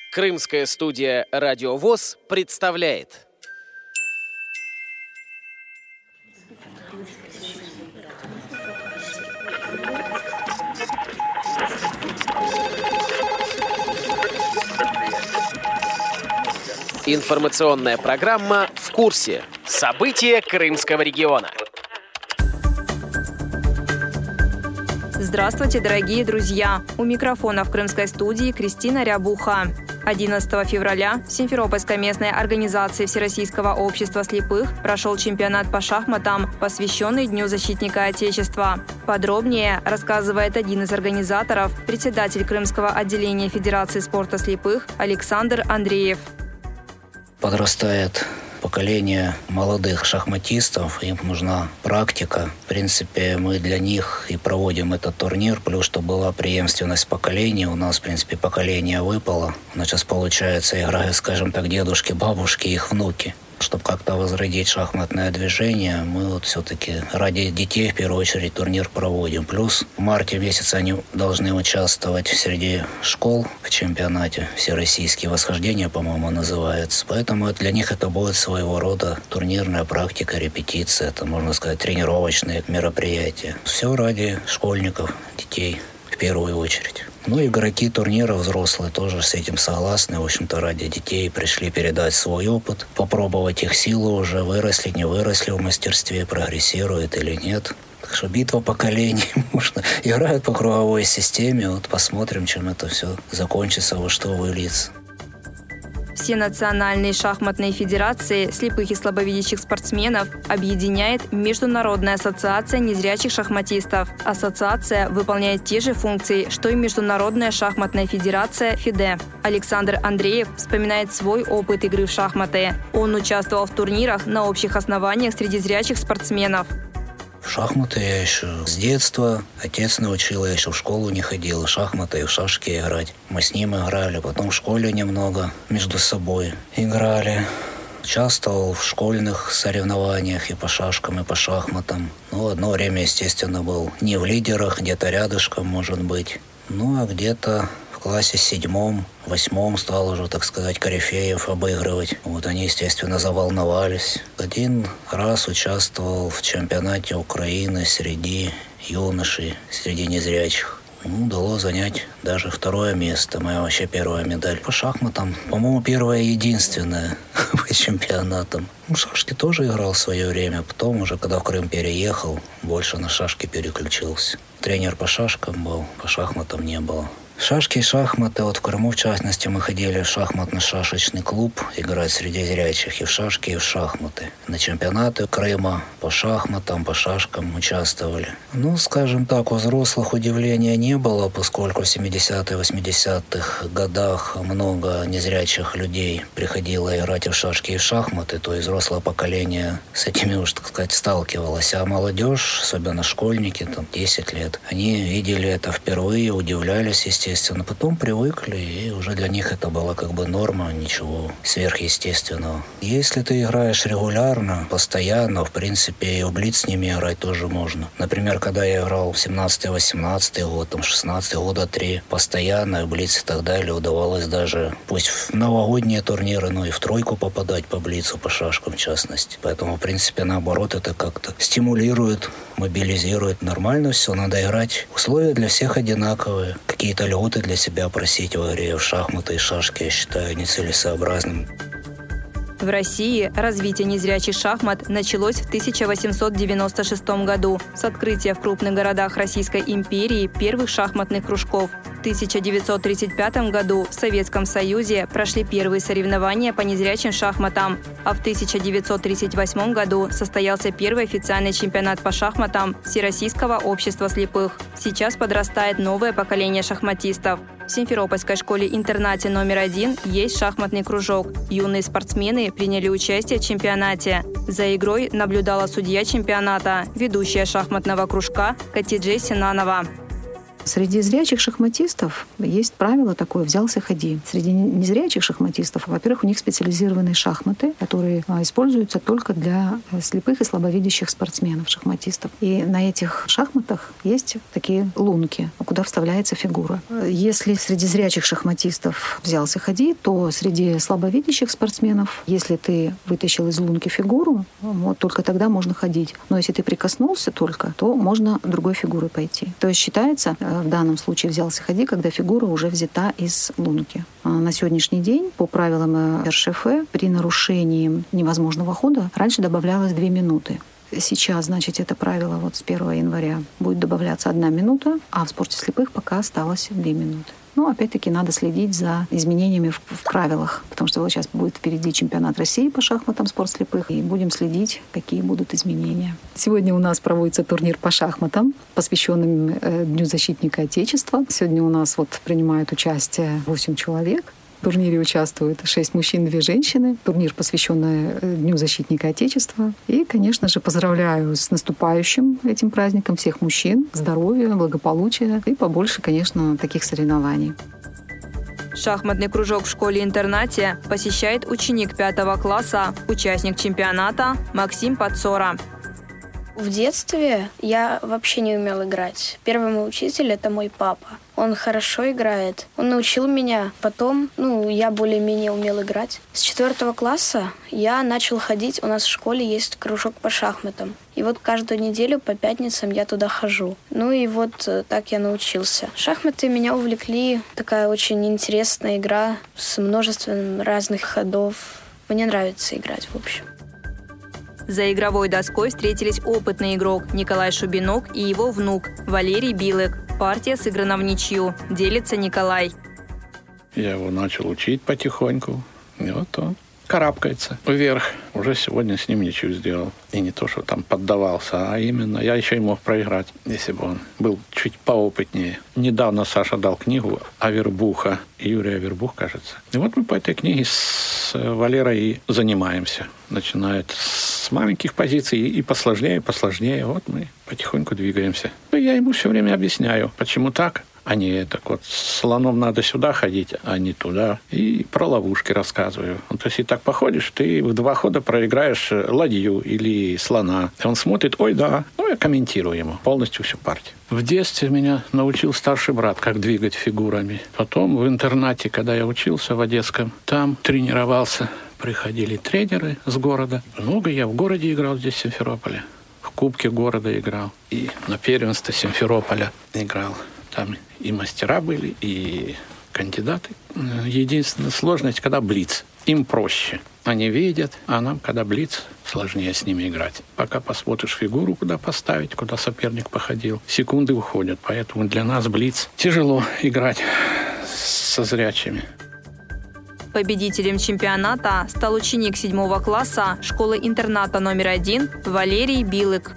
Крымская студия «Радио ВОС» представляет. Информационная программа «В курсе». События Крымского региона. Здравствуйте, дорогие друзья! У микрофона в крымской студии Кристина Рябуха. 11 февраля в Симферопольской местной организации Всероссийского общества слепых прошел чемпионат по шахматам, посвященный Дню защитника Отечества. Подробнее рассказывает один из организаторов, председатель Крымского отделения Федерации спорта слепых Александр Андреев. Подрастает поколение молодых шахматистов, им нужна практика. В принципе, мы для них и проводим этот турнир, плюс что была преемственность поколений. У нас, в принципе, поколение выпало. У нас сейчас, получается, играют, скажем так, дедушки, бабушки, их внуки. Чтобы как-то возродить шахматное движение, мы вот все-таки ради детей в первую очередь турнир проводим. Плюс в марте месяце они должны участвовать среди школ в чемпионате всероссийские восхождения, по-моему, называется. Поэтому для них это будет своего рода турнирная практика, репетиция, это, можно сказать, тренировочные мероприятия. Все ради школьников, детей в первую очередь. Ну, игроки турнира взрослые тоже с этим согласны. В общем-то, ради детей пришли передать свой опыт, попробовать их силу уже, выросли, не выросли в мастерстве, прогрессируют или нет. Так что битва поколений, можно. Играют по круговой системе, вот посмотрим, чем это все закончится, во что выльется. Все национальные шахматные федерации слепых и слабовидящих спортсменов объединяет Международная ассоциация незрячих шахматистов. Ассоциация выполняет те же функции, что и Международная шахматная федерация ФИДЕ. Александр Андреев вспоминает свой опыт игры в шахматы. Он участвовал в турнирах на общих основаниях среди зрячих спортсменов. В шахматы я еще с детства. Отец научил, я еще в школу не ходил. Шахматы и в шашки играть. Мы с ним играли. Потом в школе немного между собой играли. Участвовал в школьных соревнованиях и по шашкам, и по шахматам. Ну, одно время, естественно, был не в лидерах, где-то рядышком, может быть. Ну, а где-то в классе 7-м, 8-м стал уже, так сказать, корифеев обыгрывать. Вот они, естественно, заволновались. Один раз участвовал в чемпионате Украины среди юношей, среди незрячих. Удалось занять даже 2-е место. Моя вообще 1-я медаль по шахматам. По-моему, 1-я и единственная по чемпионатам. Шашки тоже играл в свое время. Потом уже, когда в Крым переехал, больше на шашки переключился. Тренер по шашкам был, по шахматам не было. Шашки и шахматы. Вот в Крыму, в частности, мы ходили в шахматно-шашечный клуб играть среди зрячих и в шашки, и в шахматы. На чемпионаты Крыма по шахматам, по шашкам участвовали. Ну, скажем так, у взрослых удивления не было, поскольку в 70-е, 80-х годах много незрячих людей приходило играть и в шашки, и в шахматы. То есть взрослое поколение с этими, уж так сказать, сталкивалось. А молодежь, особенно школьники, там 10 лет, они видели это впервые, удивлялись, естественно, потом привыкли, и уже для них это была как бы норма, ничего сверхъестественного. Если ты играешь регулярно, постоянно, в принципе, и в блиц с ними играть тоже можно. Например, когда я играл в 17-18 год, там 16 года 3, постоянно, в блиц и так далее, удавалось даже, пусть в новогодние турниры, но и в 3 попадать по блицу, по шашкам в частности. Поэтому, в принципе, наоборот, это как-то стимулирует, мобилизирует. Нормально все, надо играть. Условия для всех одинаковые. Какие-то льготы для себя просить в игре в шахматы и шашки, я считаю, нецелесообразным. В России развитие незрячих шахмат началось в 1896 году с открытия в крупных городах Российской империи первых шахматных кружков. В 1935 году в Советском Союзе прошли первые соревнования по незрячим шахматам, а в 1938 году состоялся первый официальный чемпионат по шахматам Всероссийского общества слепых. Сейчас подрастает новое поколение шахматистов. В Симферопольской школе-интернате номер 1 есть шахматный кружок. Юные спортсмены приняли участие в чемпионате. За игрой наблюдала судья чемпионата, ведущая шахматного кружка Катиджей Синанова. Среди зрячих шахматистов есть правило такое «взялся, ходи». Среди незрячих шахматистов, во-первых, у них специализированные шахматы, которые используются только для слепых и слабовидящих спортсменов, шахматистов. И на этих шахматах есть такие лунки, куда вставляется фигура. Если среди зрячих шахматистов «взялся, ходи», то среди слабовидящих спортсменов, если ты вытащил из лунки фигуру, вот только тогда можно ходить. Но если ты прикоснулся только, то можно другой фигурой пойти. То есть считается, в данном случае «взялся, ходи», когда фигура уже взята из лунки. На сегодняшний день, по правилам РШФ, при нарушении невозможного хода раньше добавлялось 2 минуты. Сейчас, значит, это правило вот с 1 января будет добавляться 1 минута, а в спорте слепых пока осталось 2 минуты. Но опять-таки надо следить за изменениями в правилах, потому что вот сейчас будет впереди чемпионат России по шахматам спорт слепых, и будем следить, какие будут изменения. Сегодня у нас проводится турнир по шахматам, посвященный Дню защитника Отечества. Сегодня у нас вот принимают участие 8 человек. В турнире участвуют 6 мужчин и 2 женщины. Турнир, посвященный Дню защитника Отечества. И, конечно же, поздравляю с наступающим этим праздником всех мужчин. Здоровья, благополучия и побольше, конечно, таких соревнований. Шахматный кружок в школе-интернате посещает ученик 5 класса, участник чемпионата Максим Подсора. В детстве я вообще не умел играть. Первый мой учитель – это мой папа. Он хорошо играет. Он научил меня. Потом, я более-менее умел играть. С 4 класса я начал ходить. У нас в школе есть кружок по шахматам. И вот каждую неделю по пятницам я туда хожу. И вот так я научился. Шахматы меня увлекли. Такая очень интересная игра с множеством разных ходов. Мне нравится играть, в общем. За игровой доской встретились опытный игрок Николай Шубинок и его внук Валерий Билык. Партия сыграна в ничью. Делится Николай. Я его начал учить потихоньку. И вот он карабкается вверх. Уже сегодня с ним ничью сделал. И не то, что там поддавался, а именно я еще и мог проиграть, если бы он был чуть поопытнее. Недавно Саша дал книгу Авербуха, Юрия Авербух, кажется. И вот мы по этой книге с Валерой и занимаемся. Начинает с маленьких позиций и посложнее. Вот мы потихоньку двигаемся. Я ему все время объясняю, почему так. А не так вот, слоном надо сюда ходить, а не туда. И про ловушки рассказываю. То есть, и так походишь, ты в 2 хода проиграешь ладью или слона. И он смотрит, ой, да. Я комментирую ему полностью всю партию. В детстве меня научил старший брат, как двигать фигурами. Потом в интернате, когда я учился в Одесском, там тренировался. Приходили тренеры с города. Много я в городе играл здесь, в Симферополе. В Кубке города играл. И на первенстве Симферополя играл. Там и мастера были, и кандидаты. Единственная сложность, когда блиц. Им проще. Они видят, а нам, когда блиц, сложнее с ними играть. Пока посмотришь фигуру, куда поставить, куда соперник походил, секунды уходят. Поэтому для нас блиц тяжело играть со зрячими. Победителем чемпионата стал ученик 7 класса школы-интерната номер 1 Валерий Билык.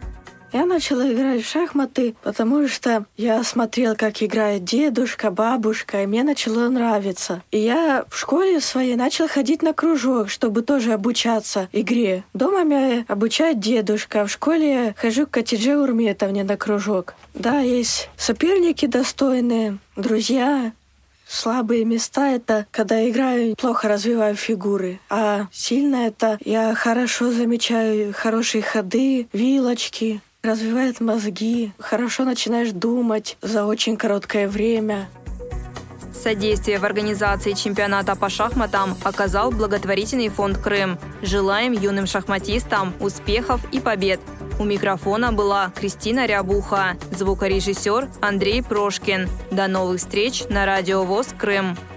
Я начала играть в шахматы, потому что я смотрел, как играет дедушка, бабушка, и мне начало нравиться. И я в школе своей начал ходить на кружок, чтобы тоже обучаться игре. Дома меня обучает дедушка, в школе я хожу к Катидже Урметовне на кружок. Да, есть соперники достойные, друзья. Слабые места — это когда играю, плохо развиваю фигуры. А сильно — это я хорошо замечаю хорошие ходы, вилочки. Развивает мозги, хорошо начинаешь думать за очень короткое время. Содействие в организации чемпионата по шахматам оказал благотворительный фонд «Крым». Желаем юным шахматистам успехов и побед. У микрофона была Кристина Рябуха, звукорежиссер Андрей Прошкин. До новых встреч на Радио ВОС Крым.